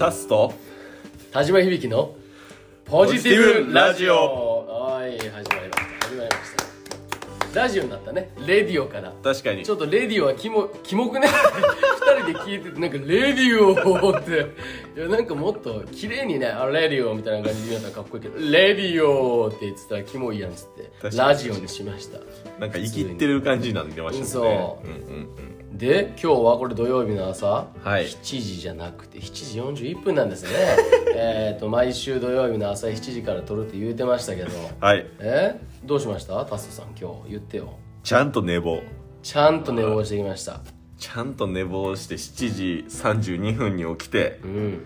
タスと田島響のポジティブラジオ。はい、始まりましたラジオになったね。レディオから確かにちょっとレディオはキモくね二人で聞いててなんかレディオっていやなんかもっと綺麗にねレディオみたいな感じで言うのはかっこいいけどレディオって言ってたらキモいやんっつってラジオにしました。 なんか生きってる感じになってましたね。 そう、で今日はこれ土曜日の朝、 はい、 7時じゃなくて7時41分なんですね毎週土曜日の朝7時から撮るって言うてましたけど、 はい、 どうしましたタスさん今日言ってよ。 ちゃんと寝坊してきました。 ちゃんと寝坊して7時32分に起きて、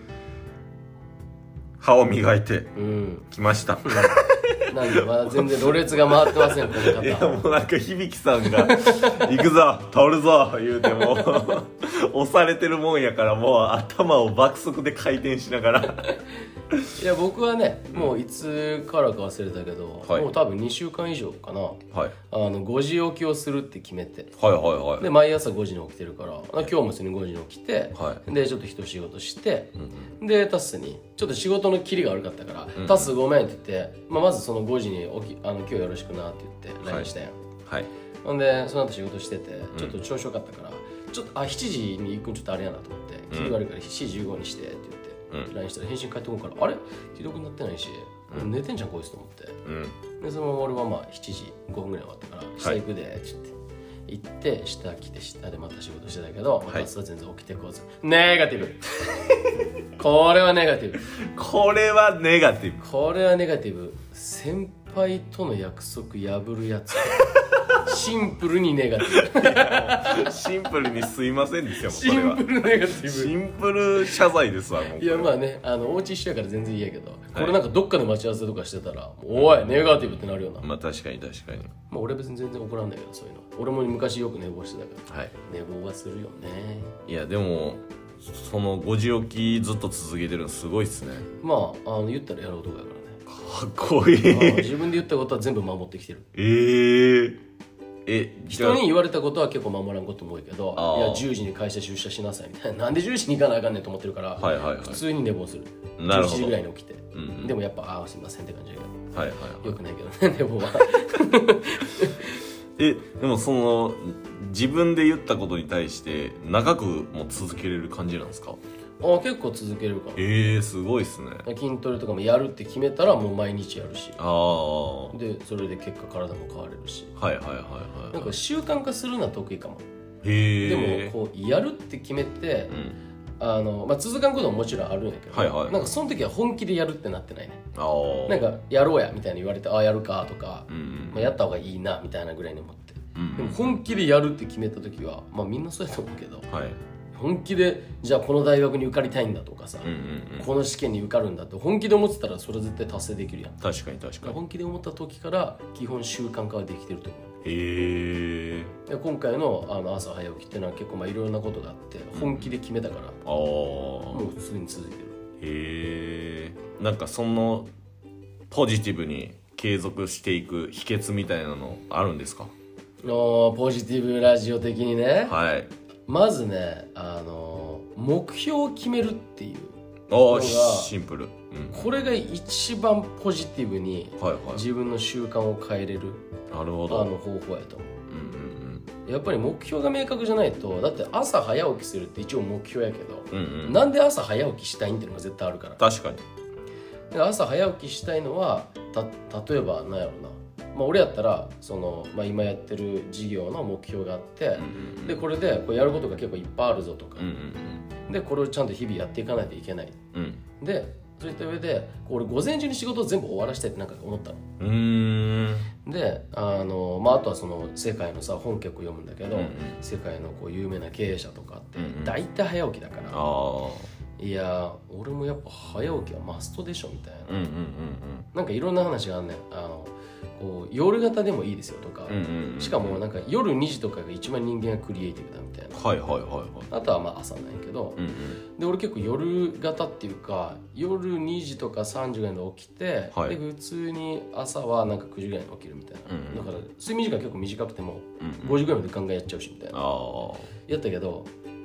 歯を磨いて、来ました、 なんでまだ全然ろれつが回ってませんこの方。 いやもうなんか響さんが行くぞ通るぞ言うても押されてるもんやからもう頭を爆速で回転しながらいや僕はねもういつからか忘れたけど、 はい、 もう多分2週間以上かな、 はい、 5時起きをするって決めて、 はいはいはい、 で毎朝5時に起きてるから今日も普通に5時に起きて、 はい、 でちょっと一仕事して、でタスにちょっと仕事のキリが悪かったから、タスごめんって言って、まずその5時に今日よろしくなって言って LINE したやん。 はい、 ほんでその後仕事しててちょっと調子よかったから、ちょっと7時に行くんちょっとあれやなと思ってキリ悪いから7時15にしてって言って、LINE したら返信返ってこんからあれ既読になってないし、寝てんじゃんこいつと思って、でそのまま俺はまあ7時5分ぐらい終わったから下行くでって言って、行って下来て下でまた仕事してたけど、タスは全然起きてこず。ネガティブこれはネガティブこれはネガティブ。 先輩との約束破るやつシンプルにネガティブシンプルにすいませんですよ。 シンプルネガティブ、 シンプル謝罪ですわ。もういやまあねお家一緒やから全然いいやけど、これなんかどっかで待ち合わせとかしてたらおいネガティブってなるよな。 まあ確かにまあ俺別に全然怒らんだけどそういうの俺も昔よく寝坊してたから、 はい、寝坊はするよね。 いやでもその5時起きずっと続けてるのすごいっすね。 まあ言ったらやる男やからね。 かっこいい自分で言ったことは全部守ってきてる。人に言われたことは結構守らんことも多いけど、いや10時に会社出社しなさいみたいな、なんで10時に行かなあかんねんと思ってるから、普通に寝坊する。11時ぐらいに起きて、でもやっぱすいませんって感じだけど、よくないけどね寝坊はでもその自分で言ったことに対して長くも続けれる感じなんですか？ 結構続けるかも。すごいっすね。 筋トレとかもやるって決めたらもう毎日やるし、でそれで結果体も変われるし、なんか習慣化するのは得意かも。でもこうやるって決めて、続かんことももちろんあるんやけど、なんかその時は本気でやるってなってないね。なんかやろうやみたいに言われてやるかとか、やった方がいいなみたいなぐらいに思って、でも本気でやるって決めた時はみんなそうやと思うけど、本気でじゃあこの大学に受かりたいんだとかさ、この試験に受かるんだって本気で思ってたらそれ絶対達成できるやん。 確かに本気で思った時から基本習慣化はできてると思う。で今回の朝早起きっていうのは結構いろいろなことがあって本気で決めたから、もう普通に続いてる。なんかそのポジティブに継続していく秘訣みたいなのあるんですか？ ポジティブラジオ的にね、まずね目標を決めるっていうのがシンプル、 これが一番ポジティブに自分の習慣を変えれる方法やと思う。やっぱり目標が明確じゃないと、だって朝早起きするって一応目標やけど、なんで朝早起きしたいんっていうのが絶対あるから。 確かに朝早起きしたいのは例えば何やろな、俺やったら今やってる事業の目標があって、でこれでやることが結構いっぱいあるぞとか、でこれをちゃんと日々やっていかないといけない、でそういった上で俺午前中に仕事を全部終わらせたいってなんか思ったの。であとはその世界の本結構読むんだけど、世界の有名な経営者とかって大体早起きだから、いや俺もやっぱ早起きはマストでしょみたいな、なんかいろんな話があんねん。夜型でもいいですよとか、しかもなんか夜2時とかが一番人間がクリエイティブだみたいな、あとは朝なんやけど、で俺結構夜型っていうか夜2時とか3時ぐらいに起きて、で普通に朝はなんか9時ぐらいに起きるみたいな、だから睡眠時間結構短くても5時ぐらいまで考えやっちゃうしみたいな、やったけど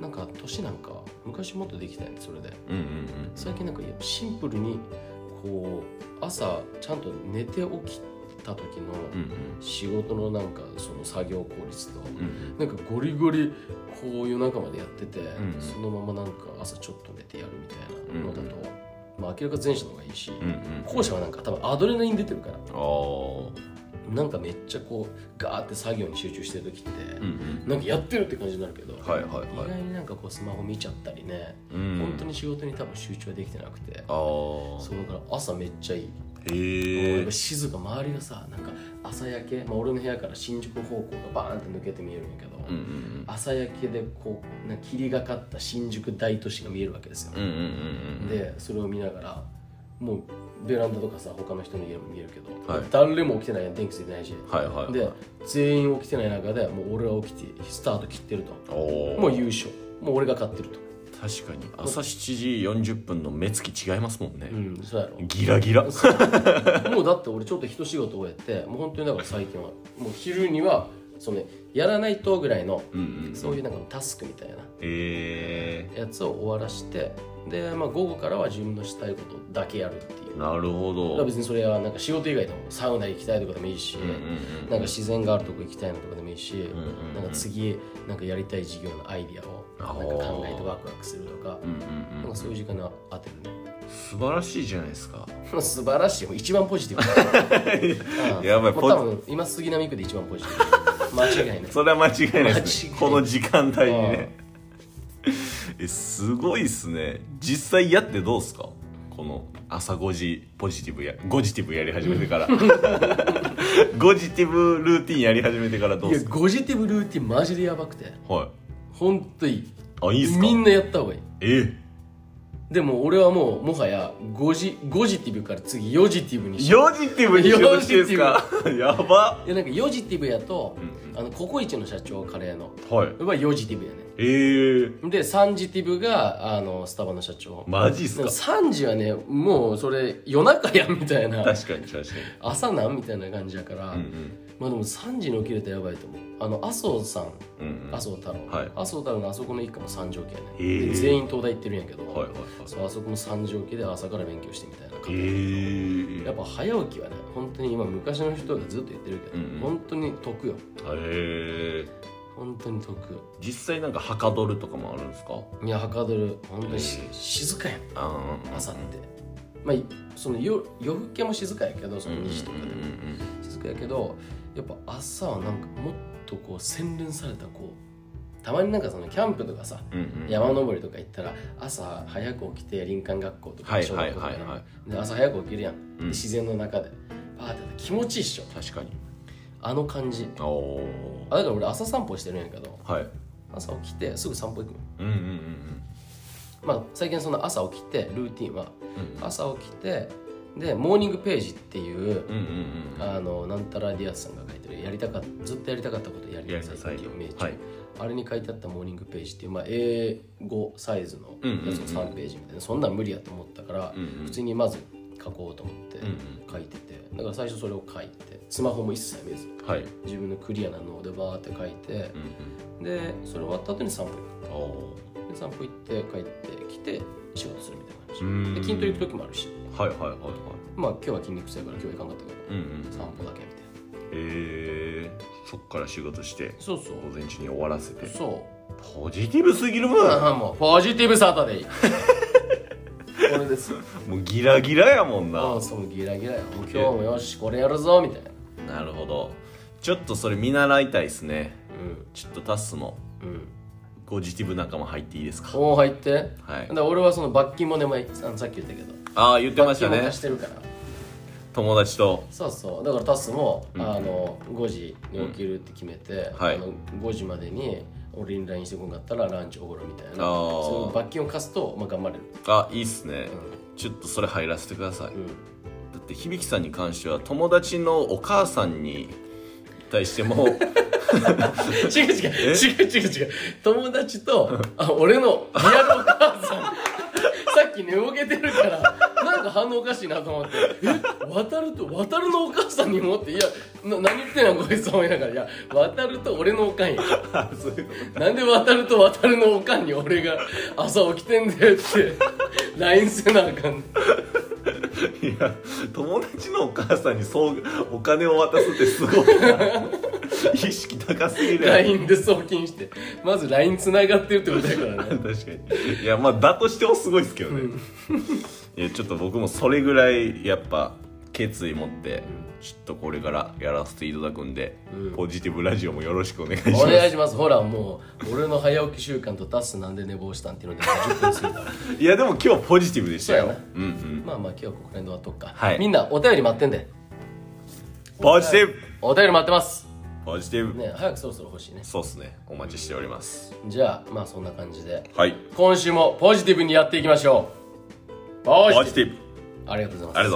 なんか年なんか昔もっとできたんでそれで、 うんうん最近なんかシンプルにこう朝ちゃんと寝て起きた時の仕事のなんかその作業効率と、なんかゴリゴリこう夜中までやってて、そのままなんか朝ちょっと寝てやるみたいなのだと、まあ明らか前者の方がいいし、後者はなんか多分アドレナリン出てるから、なんかめっちゃこうガーって作業に集中してる時って、なんかやってるって感じになるけど、意外になんかこうスマホ見ちゃったりね、本当に仕事に多分集中はできてなくて、そうだから朝めっちゃいい。やっぱ静か、周りがさ、なんか朝焼け、俺の部屋から新宿方向がバーンって抜けて見えるんやけど、朝焼けでこうなんか霧がかった新宿大都市が見えるわけですよ。でそれを見ながらもうベランダとかさ他の人の家も見えるけど、誰も起きてないやん、電気ついてないし、で全員起きてない中でもう俺は起きてスタート切ってると、もう優勝、もう俺が勝ってると。 確かに朝7時40分の目つき違いますもんね。 そうやろ、 ギラギラ。もうだって俺ちょっと一仕事終えて、もう本当にだから最近はもう昼にはそのやらないとぐらいの、そういうなんかタスクみたいなやつを終わらして、で、午後からは自分のしたいことだけやるっていう。 なるほど。 別にそれはなんか仕事以外でもサウナ行きたいとかでもいいし、なんか自然があるとこ行きたいのとかでもいいし、なんか次なんかやりたい事業のアイディアをなんか考えてワクワクするとか、なんかそういう時間を当てるね。 素晴らしいじゃないですか。 素晴らしい、一番ポジティブ。 やばい、 多分今杉並区で一番ポジティブ。間違いない。 それは間違いないですね。この時間帯にね。すごいっすね。実際やってどうっすか？この朝5時ゴジティブやり始めてからゴジティブルーティンやり始めてからどうっすか？ ゴジティブルーティンマジでやばくて、ほんといい。 いいっすか？みんなやった方がいい。でも俺はもうもはやゴジティブから次ヨジティブにしよう。ヨジティブにしようとしてるんですか？やば。いやなんかヨジティブやと、ココイチの社長カレーのはヨジティブやね。でサンジティブがスタバの社長。 マジっすか？ サンジはねもうそれ夜中やんみたいな。 確かに朝なんみたいな感じやから、でも3時に起きれたらやばいと思う。麻生さん、麻生太郎、麻生太郎のあそこの一家も3時起きやね。全員東大行ってるんやけど、あそこも3時起きで朝から勉強してみたいな感じ。やっぱ早起きはね、本当に今昔の人がずっと言ってるけど、本当に得よ。本当に得。 実際なんかはかどるとかもあるんですか？ いや、はかどる。本当に静かやん、朝って。その夜更けも静かやけど、その2時とかでも静かやけど、やっぱ朝はなんかもっとこう洗練されたこう、たまになんかそのキャンプとかさ、山登りとか行ったら朝早く起きて林間学校とか小学校とかで朝早く起きるやん、自然の中でパーって気持ちいいっしょ。 確かにあの感じ。だから俺朝散歩してるんやけど、朝起きてすぐ散歩行くの。最近その朝起きてルーティンは、朝起きてでモーニングページっていうなんたらディアスさんが書いてるずっとやりたかったことやりなさいっていう名著、あれに書いてあったモーニングページっていう英語サイズのやつの3ページみたいな、そんなん無理やと思ったから、普通にまず書こうと思って書いてて、だから最初それを書いてスマホも一切見ず、自分のクリアな脳でバーって書いて、でそれ終わった後に散歩行く。で散歩行って帰ってきて仕事するみたいな感じで、筋トレ行く時もあるし、今日は筋肉痛やから今日は行かんかったけど、散歩だけみたいな。 そっから仕事して、午前中に終わらせて。 ポジティブすぎるもん。 もうポジティブサタデーこれですよ。 もうギラギラやもんな。 そうギラギラや。もう今日もよしこれやるぞみたいな。なるほど。ちょっとそれ見習いたいですね。ちょっとタスもポジティブ仲間入っていいですか？ 入って。俺はその罰金もね、さっき言ったけど、 言ってましたね。 罰金も貸してるから、 友達と。 だからタスも5時に起きるって決めて、5時までに俺に LINE してこんかったらランチおごろみたいな、その罰金を貸すと頑張れる。 いいっすね。ちょっとそれ入らせてください。だって響さんに関しては友達のお母さんに対しても違う友達と俺のリアルお母さんさっき寝ぼけてるからなんなんか反応おかしいなと思って渡るのお母さんにもって、いや何言ってんのこいつ思いながら、いや渡ると俺のおかんやそういうこなんで渡るのおかんに俺が朝起きてんだよって LINE せなあかんねと。いや友達のお母さんにそうお金を渡すってすごいな意識高すぎるやん。 LINE で送金してまず LINE つながってるってことだからね確かに。いやまあだとしてもすごいですけどね、いやちょっと僕もそれぐらいやっぱ決意持ってちょっとこれからやらせていただくんで、ポジティブラジオもよろしくお願いします。 お願いします。ほらもう俺の早起き習慣とタスなんで寝坊したんっていうので10分過ぎたいやでも今日はポジティブでしたよ。 そうやなうんうん。 まあまあ今日はここら辺で終わっとくか、 はいみんなお便り待ってんで。 ポジティブお便り待ってますポジティブ、 ね。早くそろそろ欲しいね。 そうっすね、お待ちしております。 じゃあまあそんな感じではい、 今週もポジティブにやっていきましょう。 ポジティブ、 ありがとうございます。 ありがとうございます。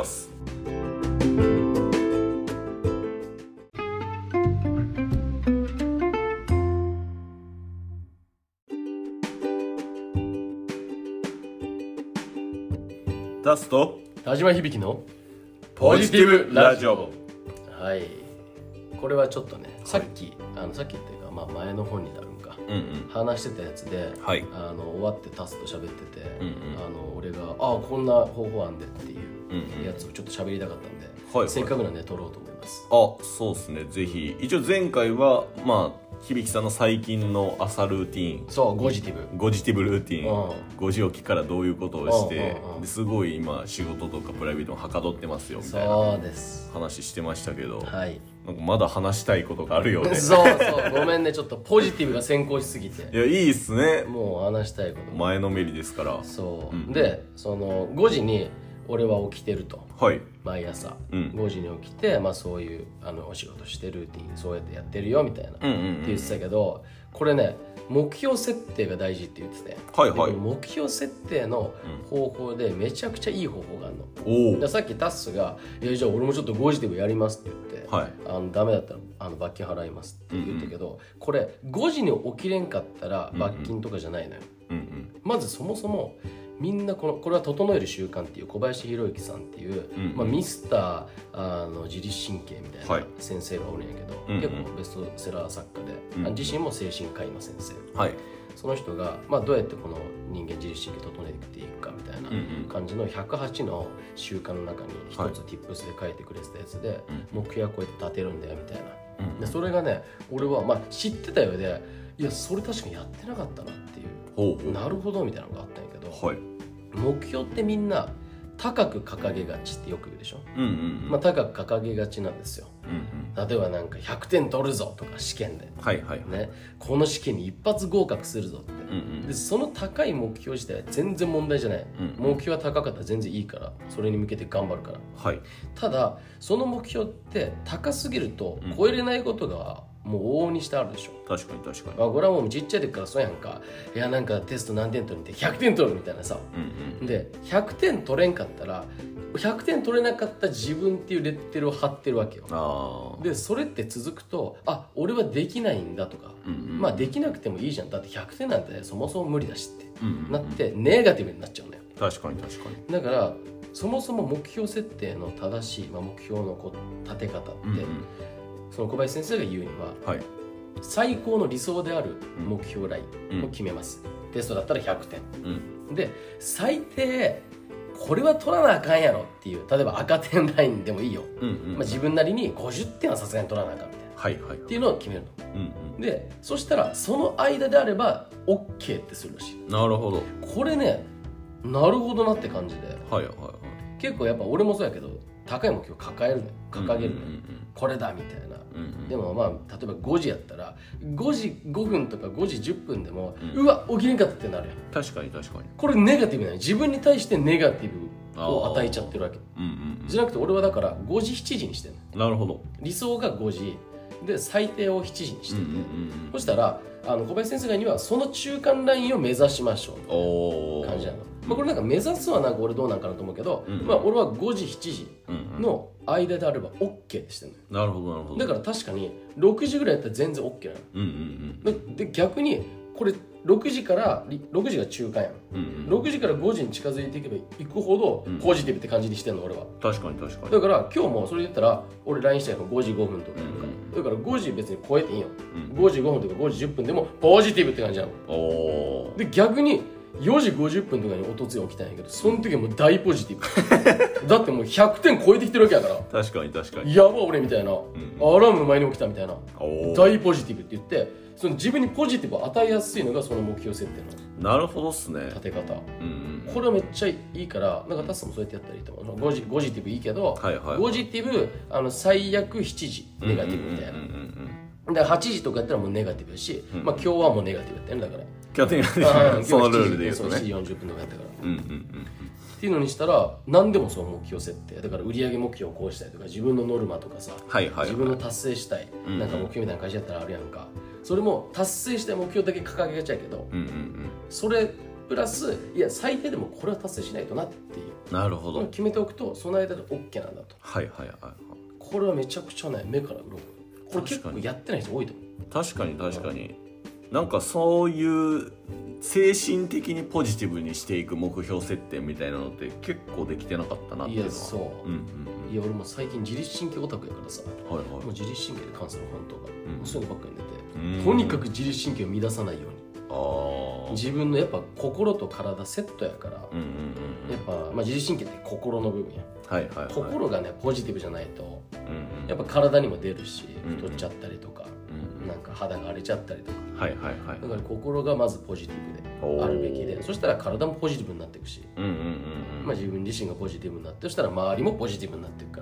タスと田島響のポジティブラジオ。 はい、これはちょっとね、さっきっていうかまあ前の本になるんか、 うんうん話してたやつで、 はい終わってタスと喋ってて、 うんうん俺がこんな方法あんでっていうやつをちょっと喋りたかったんで、 はいせっかくなんで撮ろうと思います。 そうですね、ぜひ。一応前回はまあ響さんの最近の朝ルーティーン、 そうゴジティブゴジティブルーティーン、 うん 5時起きからどういうことをしてうんですごい今仕事とかプライベートもはかどってますよみたいなそうです話してましたけど、 はいなんかまだ話したいことがあるよね。 そうごめんね、ちょっとポジティブが先行しすぎていやいいっすね、 もう話したいこと前のめりですから。 そう、 うんでその5時に俺は起きてると、 はい毎朝、 うん 5時に起きて、まあ、そういうお仕事してルーティンそうやってやってるよみたいな、って言ってたけど、これね目標設定が大事って言ってて、 はいはいでこの目標設定の方法でめちゃくちゃいい方法があるの。 おお、 でさっきタッスが「じゃあ俺もちょっとゴジティブやります」って言って、 はいダメだったら罰金払いますって言ったけど、これ5時に起きれんかったら罰金とかじゃないのよ。 うんうんまずそもそもみんなこれは整える習慣っていう小林弘之さんっていう、 うんまあ、ミスター自律神経みたいはない先生がおるんやけど、 うんうん結構ベストセラー作家で、 うん自身も精神科医の先生、 はいその人が、まあ、どうやってこの人間自律神経整えていくかみたいなうんうん感じの108の習慣の中に一つ Tips で書いてくれてたやつで、目標はこうやって立てるんだよみたいな、 うんでそれがね俺はまあ知ってたようで、いやそれ確かにやってなかったなっていうほうほう、 なるほどみたいなのがあったんやけど、 はい目標ってみんな高く掲げがちってよく言うでしょ、 うんうんうん、 まあ、高く掲げがちなんですよ。 うんうん例えばなんか100点取るぞとか試験で、 はいはいはい、 ね、この試験に一発合格するぞって、 うんうんでその高い目標自体は全然問題じゃない、 うん目標は高かったら全然いいからそれに向けて頑張るから。 はいただその目標って高すぎると超えれないことがもう往々にしてあるでしょ。 確かに確かに、 これはもうちっちゃい時からそうやんか。いやなんかテスト何点取るって100点取るみたいなさ、 うんうんで100点取れんかったら100点取れなかった自分っていうレッテルを貼ってるわけよ。 ああ、 でそれって続くと俺はできないんだとか、 うんうん、 まあできなくてもいいじゃん、だって100点なんてそもそも無理だしって、 うんうんうん、 なってネガティブになっちゃうのよ。 確かに確かに、 だからそもそも目標設定の正しい、目標の立て方って、 うんうん、 その小林先生が言うにははい、 最高の理想である目標ラインを決めます、テストだったら100点うんで最低これは取らなあかんやろっていう、例えば赤点ラインでもいいよ、 うんうん、 まあ、自分なりに50点はさすがに取らなあかんみたいなはいはい、 っていうのを決めるのうんうん、 でそしたらその間であれば OK ってするらしい。 なるほど、 これねなるほどなって感じで、 はいはいはい、 結構やっぱ俺もそうやけど高い目標掲げるのよ、 うんこれだみたいな、 うんうん、 でもまあ例えば5時やったら5時5分とか5時10分でも、 うんうわ起きれんかったってなるやん。 確かに確かに、 これネガティブなの、自分に対してネガティブを与えちゃってるわけうんうんうん、 じゃなくて、俺はだから5時7時にしてるの。 なるほど、 理想が5時で最低を7時にしてて、 うんうんうんそしたら小林先生が言うにはその中間ラインを目指しましょううん、おお、 感じなの。まあ、これなんか目指すはなんか俺どうなんかなと思うけど、 うんまあ、俺は5時7時うんうん、 の間であれば OK でしてるのよ。 なるほどなるほど、 だから確かに6時ぐらいやったら全然 OK なの。 うんうんで逆にこれ 6時から6時が中間やん、6時から5時に近づいていけばいくほどポジティブって感じにしてんの俺は。 確かに確かに。 だから今日もそれで言ったら俺 LINE したの5時5分とか、だから5時別に超えていいよ、5時5分とか5時10分でもポジティブって感じなの。で逆に4時50分とかにおとつい起きたんやけど、その時はもう大ポジティブだってもう100点超えてきてるわけやから、 確かに確かに。 やば俺みたいな、アラーム前に起きたみたいな、大ポジティブって言って、その自分にポジティブを与えやすいのがその目標設定のなるほどっすね。 立て方、これはめっちゃいいから、なんかタスさんもそうやってやったらいいと思う。ゴジティブいいけど、ゴジティブ最悪7時ネガティブみたいな、だから8時とかやったらもうネガティブやし、まあ今日はもうネガティブやったんだから、 今日はそのルールで言うとね、 7時40分とかやったから、っていうのにしたら何でもその目標設定だから、売上目標をこうしたいとか、自分のノルマとかさ、自分の達成したいなんか目標みたいな会社やったらあるやんか、それも達成したい目標だけ掲げがちゃうけど、それプラスいや最低でもこれは達成しないとなっていう、 なるほど、 決めておくとその間で OK なんだと。これはめちゃくちゃね目から鱗。これ結構やってない人多いと思う。 確かに確かに。なんかそういう精神的にポジティブにしていく目標設定みたいなのって結構できてなかったなっていうのは。いやそう、いや俺も最近自律神経オタクやからさ、もう自律神経に関する本とか、そういうのばっかり出て、とにかく自律神経を乱さないように、自分のやっぱ心と体セットやから、やっぱ、まあ、自律神経って心の部分や、心がねポジティブじゃないと、やっぱ体にも出るし、太っちゃったりとか、なんか肌が荒れちゃったりとか、だから心がまずポジティブであるべきで、そしたら体もポジティブになっていくし、まあ自分自身がポジティブになって、そしたら周りもポジティブになっていくから、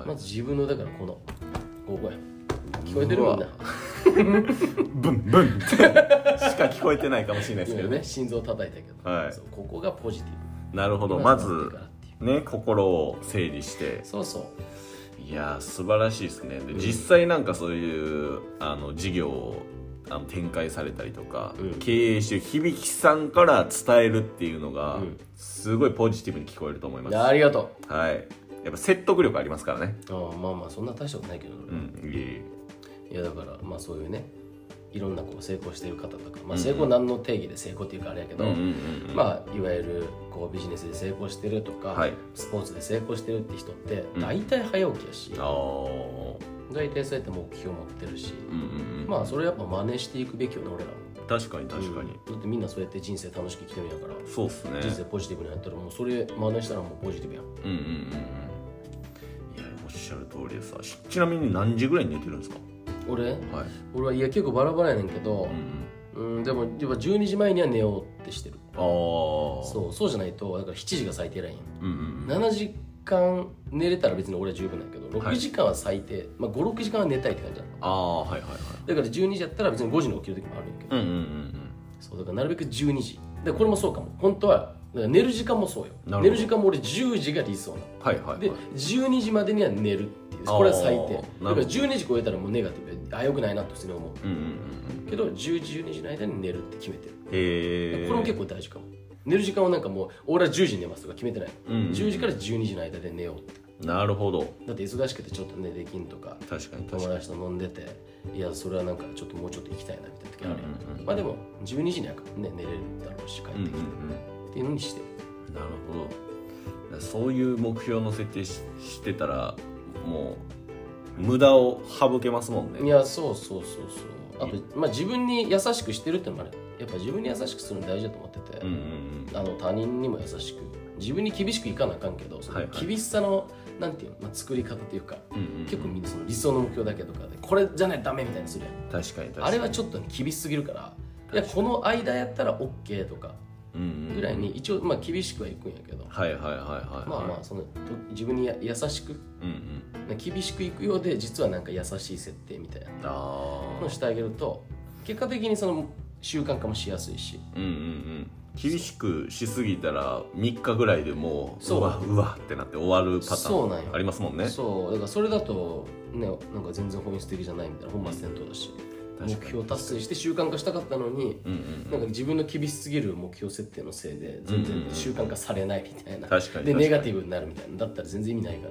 まず自分のだからここや聞こえてるみんなブンブンってしか聞こえてないかもしれないですけどね、 心臓叩いたけど、そうここがポジティブ。 なるほど、まずね心を整理して、 そうそう、 いや素晴らしいですね。で、実際なんかそういう事業を展開されたりとか、経営してる響さんから伝えるっていうのが、すごいポジティブに聞こえると思います。 ありがとう。やっぱ説得力ありますからね。 まあまあそんな大したことないけど、いやだからまあそういうね、いろんなこう成功している方とか、まあ、成功何の定義で成功っていうかあれやけど、まあいわゆるこうビジネスで成功してるとか、スポーツで成功してるって人って大体早起きやし、大体そうやって目標持ってるし、まあそれやっぱ真似していくべきよね俺ら。 確かに確かに、 だってみんなそうやって人生楽しく生きてるんやから。 そうっすね。 人生ポジティブにやったらもうそれ真似したらもうポジティブやん。 いやおっしゃる通りでさ、ちなみに何時ぐらいに寝てるんですか？俺はいや結構バラバラやねんけど、でも12時前には寝ようってしてる。そうじゃないとだから7時が最低ライン、7時間寝れたら別に俺は十分だけど、6時間は最低、まあ、56時間は寝たいって感じなの。だから12時やったら別に5時に起きる時もあるんやけど、そうだからなるべく12時で、これもそうかも本当は。だから寝る時間もそうよ。寝る時間も俺10時が理想なの。で12時までには寝るっていう、これは最低だから12時超えたらもうネガティブ、よくないなって普通に思う、けど10時12時の間に寝るって決めてる。これも結構大事かも。寝る時間はなんかもう俺は10時に寝ますとか決めてない、10時から12時の間で寝ようって。 なるほど。 だって忙しくてちょっとねできんとか、友達と飲んでて、いやそれはなんかちょっともうちょっと行きたいなみたいな時あるやん、まあでも12時にはね寝れるだろうし帰ってきて、っていうのにしてる。 なるほど。そういう目標の設定してたらもう無駄を省けますもんね。 いやそうあと、まあ、自分に優しくしてるってのもある。やっぱ自分に優しくするの大事だと思ってて、他人にも優しく、自分に厳しくいかなあかんけど、その厳しさのなんていうの、作り方というか、結構みんなその理想の目標だけとかでこれじゃないとダメみたいにするやん。確かにあれはちょっと、厳しすぎるから、いやこの間やったら OK とかぐらいに一応まあ厳しくはいくんやけど、まあまあその自分に優しく、厳しくいくようで実はなんか優しい設定みたいなのしてあげると、結果的にその習慣化もしやすいし、 厳しくしすぎたら3日ぐらいでもううわってなって終わるパターンありますもんね。そうだからそれだとね、なんか全然本質的じゃないみたいな、本末転倒だし、目標達成して習慣化したかったのに、なんか自分の厳しすぎる目標設定のせいで全然習慣化されないみたいな、でネガティブになるみたいな、だったら全然意味ないから、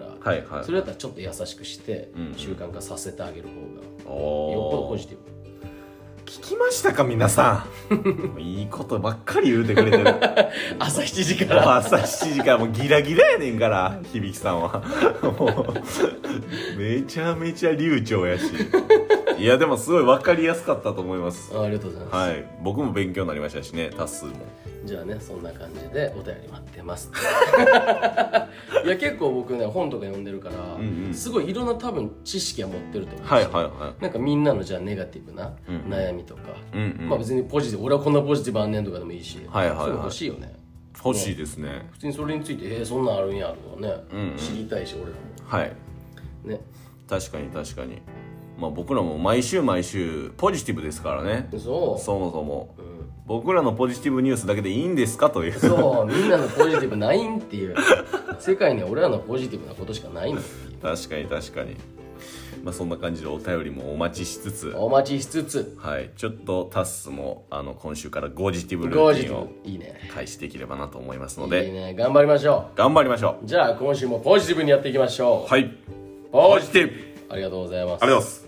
それだったらちょっと優しくして習慣化させてあげる方がよっぽどポジティブ。 聞きましたか皆さんいいことばっかり言うてくれてる朝7時から朝7時からもうギラギラやねんから響さんはもうめちゃめちゃ流暢やしいやでもすごい分かりやすかったと思います。 ありがとうございます。 はい、僕も勉強になりましたしね、タッスーも。 じゃあね、そんな感じでお便り待ってますいや結構僕ね本とか読んでるから、すごいいろんな多分知識は持ってると思うし、 はいはいはい。 なんかみんなのじゃあネガティブな悩みとか、 うんうん、 まあ別にポジティブ、俺はこんなポジティブあんねんとかでもいいし、 はいはいはい、 それ欲しいよね。 欲しいですね。 普通にそれについてそんなんあるんやとかね、知りたいし俺らも。 はいね、 確かに確かに。まあ僕らも毎週毎週ポジティブですからね。そもそも、僕らのポジティブニュースだけでいいんですかという。 そうみんなのポジティブないんっていう世界には俺らのポジティブなことしかないのっていう。 確かに確かに。まあそんな感じでお便りもお待ちしつつ、はい、ちょっとタッスも今週からゴジティブルーティンを開始できればなと思いますので、 いいね、頑張りましょう。頑張りましょう。 じゃあ今週もポジティブにやっていきましょう。 はい、ポジティブ。 ありがとうございます。 ありがとうございます。